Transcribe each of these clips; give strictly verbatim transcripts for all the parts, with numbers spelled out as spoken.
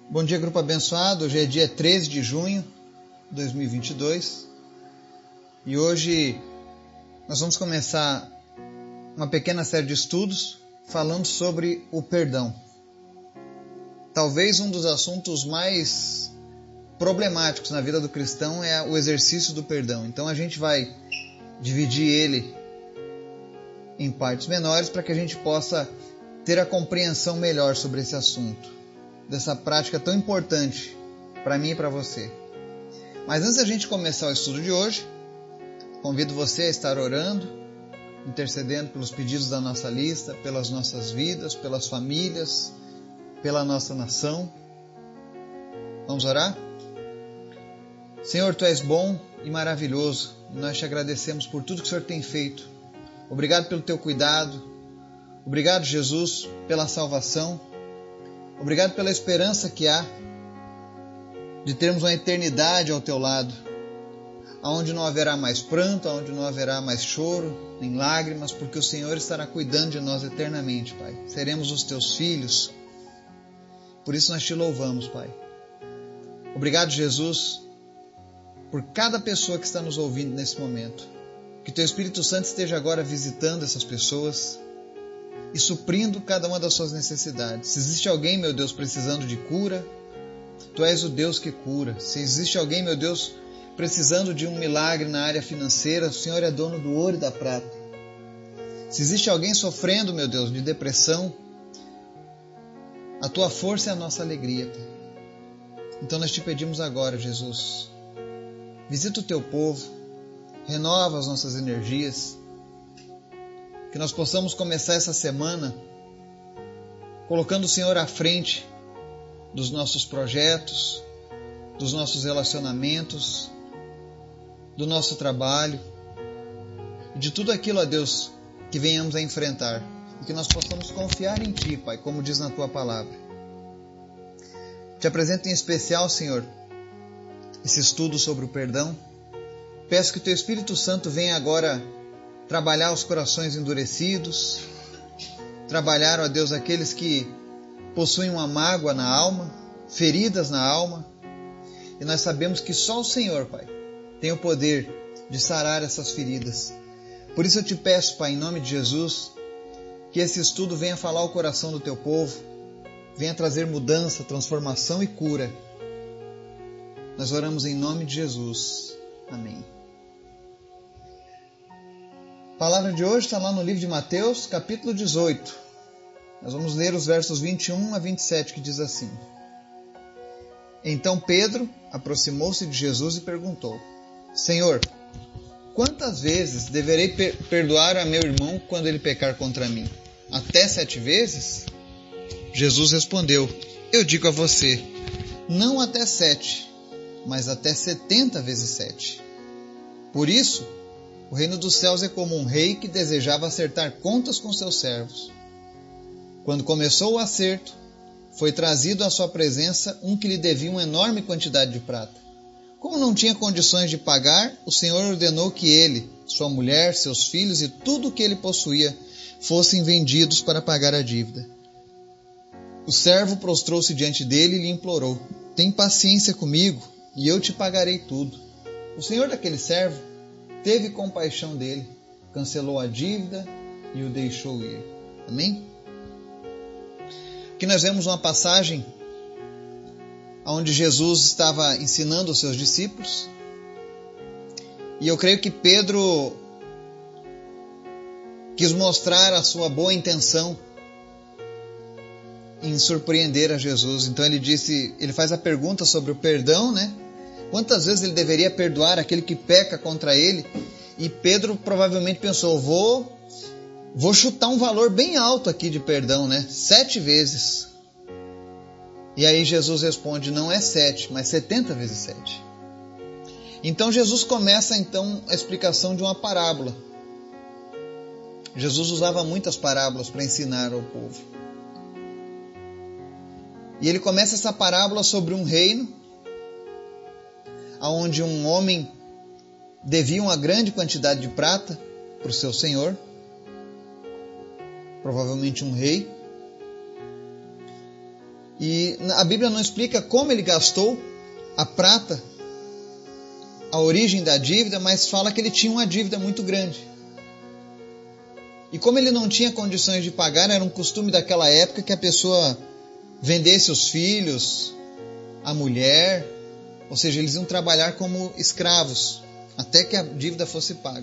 Bom dia, grupo abençoado. Hoje é dia treze de junho de dois mil e vinte e dois e hoje nós vamos começar uma pequena série de estudos falando sobre o perdão. Talvez um dos assuntos mais problemáticos na vida do cristão é o exercício do perdão. Então a gente vai dividir ele em partes menores para que a gente possa ter a compreensão melhor sobre esse assunto, dessa prática tão importante para mim e para você. Mas antes da gente começar o estudo de hoje, convido você a estar orando, intercedendo pelos pedidos da nossa lista, pelas nossas vidas, pelas famílias, pela nossa nação. Vamos orar? Senhor, Tu és bom e maravilhoso, e nós te agradecemos por tudo que o Senhor tem feito. Obrigado pelo Teu cuidado, obrigado, Jesus, pela salvação. Obrigado pela esperança que há de termos uma eternidade ao Teu lado, onde não haverá mais pranto, onde não haverá mais choro, nem lágrimas, porque o Senhor estará cuidando de nós eternamente, Pai. Seremos os Teus filhos, por isso nós Te louvamos, Pai. Obrigado, Jesus, por cada pessoa que está nos ouvindo nesse momento. Que Teu Espírito Santo esteja agora visitando essas pessoas e suprindo cada uma das suas necessidades. Se existe alguém, meu Deus, precisando de cura, Tu és o Deus que cura. Se existe alguém, meu Deus, precisando de um milagre na área financeira, o Senhor é dono do ouro e da prata. Se existe alguém sofrendo, meu Deus, de depressão, a Tua força é a nossa alegria, Pai. Então nós Te pedimos agora, Jesus, visita o Teu povo, renova as nossas energias, que nós possamos começar essa semana colocando o Senhor à frente dos nossos projetos, dos nossos relacionamentos, do nosso trabalho e de tudo aquilo, ó Deus, que venhamos a enfrentar e que nós possamos confiar em Ti, Pai, como diz na Tua palavra. Te apresento em especial, Senhor, esse estudo sobre o perdão. Peço que o Teu Espírito Santo venha agora trabalhar os corações endurecidos, trabalhar, ó Deus, aqueles que possuem uma mágoa na alma, feridas na alma, e nós sabemos que só o Senhor, Pai, tem o poder de sarar essas feridas. Por isso eu Te peço, Pai, em nome de Jesus, que esse estudo venha falar ao coração do Teu povo, venha trazer mudança, transformação e cura. Nós oramos em nome de Jesus. Amém. A palavra de hoje está lá no livro de Mateus, capítulo dezoito. Nós vamos ler os versos vinte e um a vinte e sete, que diz assim: Então Pedro aproximou-se de Jesus e perguntou: Senhor, quantas vezes deverei per- perdoar a meu irmão quando ele pecar contra mim? Até sete vezes? Jesus respondeu: Eu digo a você, não até sete, mas até setenta vezes sete. Por isso, o reino dos céus é como um rei que desejava acertar contas com seus servos. Quando começou o acerto, foi trazido à sua presença um que lhe devia uma enorme quantidade de prata. Como não tinha condições de pagar, o Senhor ordenou que ele, sua mulher, seus filhos e tudo o que ele possuía fossem vendidos para pagar a dívida. O servo prostrou-se diante dele e lhe implorou: Tem paciência comigo e eu te pagarei tudo. O senhor daquele servo teve compaixão dele, cancelou a dívida e o deixou ir. Amém? Aqui nós vemos uma passagem onde Jesus estava ensinando os seus discípulos, e eu creio que Pedro quis mostrar a sua boa intenção em surpreender a Jesus. Então ele disse, ele faz a pergunta sobre o perdão, né? Quantas vezes ele deveria perdoar aquele que peca contra ele? E Pedro provavelmente pensou, vou, vou chutar um valor bem alto aqui de perdão, né? Sete vezes. E aí Jesus responde, não é sete, mas setenta vezes sete. Então Jesus começa então a explicação de uma parábola. Jesus usava muitas parábolas para ensinar ao povo. E ele começa essa parábola sobre um reino onde um homem devia uma grande quantidade de prata para o seu senhor, provavelmente um rei. E a Bíblia não explica como ele gastou a prata, a origem da dívida, mas fala que ele tinha uma dívida muito grande. E como ele não tinha condições de pagar, era um costume daquela época que a pessoa vendesse os filhos, a mulher, ou seja, eles iam trabalhar como escravos, até que a dívida fosse paga.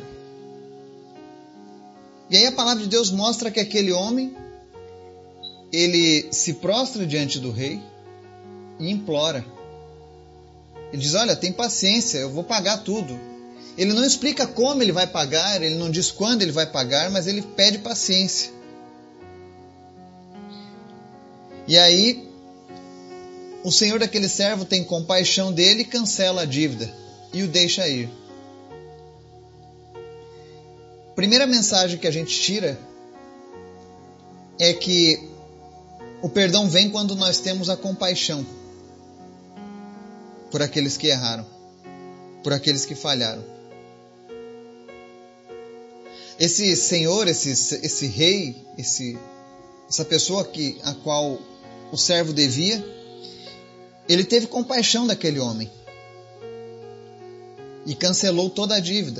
E aí a palavra de Deus mostra que aquele homem, ele se prostra diante do rei e implora. Ele diz, olha, tem paciência, eu vou pagar tudo. Ele não explica como ele vai pagar, ele não diz quando ele vai pagar, mas ele pede paciência. E aí, o senhor daquele servo tem compaixão dele e cancela a dívida e o deixa ir. A primeira mensagem que a gente tira é que o perdão vem quando nós temos a compaixão por aqueles que erraram, por aqueles que falharam. Esse senhor, esse, esse rei, esse, essa pessoa que, a qual o servo devia, ele teve compaixão daquele homem e cancelou toda a dívida.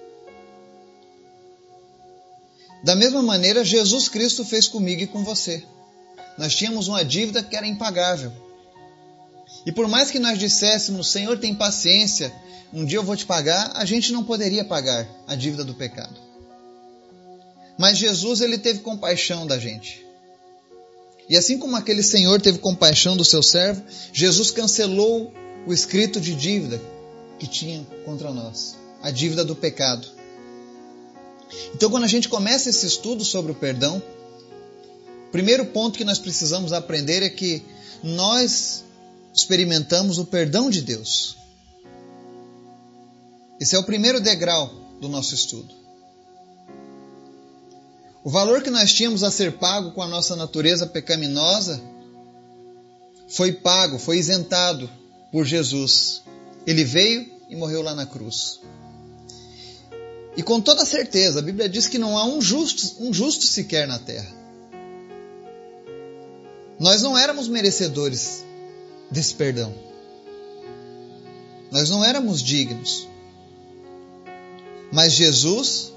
Da mesma maneira, Jesus Cristo fez comigo e com você. Nós tínhamos uma dívida que era impagável. E por mais que nós disséssemos, Senhor, tem paciência, um dia eu vou te pagar, a gente não poderia pagar a dívida do pecado. Mas Jesus, ele teve compaixão da gente. E assim como aquele senhor teve compaixão do seu servo, Jesus cancelou o escrito de dívida que tinha contra nós, a dívida do pecado. Então, quando a gente começa esse estudo sobre o perdão, o primeiro ponto que nós precisamos aprender é que nós experimentamos o perdão de Deus. Esse é o primeiro degrau do nosso estudo. O valor que nós tínhamos a ser pago com a nossa natureza pecaminosa foi pago, foi isentado por Jesus. Ele veio e morreu lá na cruz. E com toda certeza, a Bíblia diz que não há um justo, um justo sequer na terra. Nós não éramos merecedores desse perdão. Nós não éramos dignos. Mas Jesus,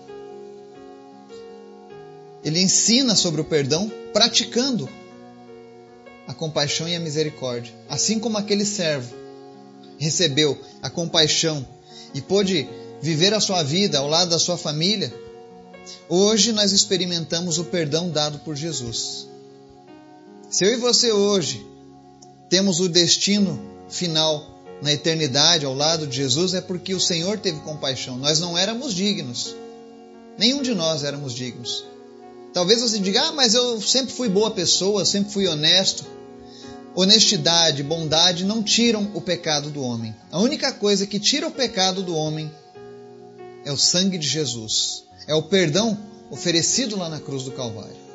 ele ensina sobre o perdão praticando a compaixão e a misericórdia. Assim como aquele servo recebeu a compaixão e pôde viver a sua vida ao lado da sua família, hoje nós experimentamos o perdão dado por Jesus. Se eu e você hoje temos o destino final na eternidade ao lado de Jesus, é porque o Senhor teve compaixão. Nós não éramos dignos. Nenhum de nós éramos dignos. Talvez você diga, ah, mas eu sempre fui boa pessoa, sempre fui honesto. Honestidade, bondade não tiram o pecado do homem. A única coisa que tira o pecado do homem é o sangue de Jesus. É o perdão oferecido lá na cruz do Calvário.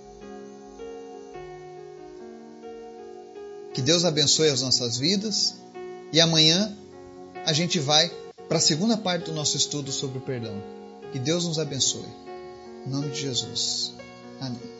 Que Deus abençoe as nossas vidas. E amanhã a gente vai para a segunda parte do nosso estudo sobre o perdão. Que Deus nos abençoe. Em nome de Jesus. Amém.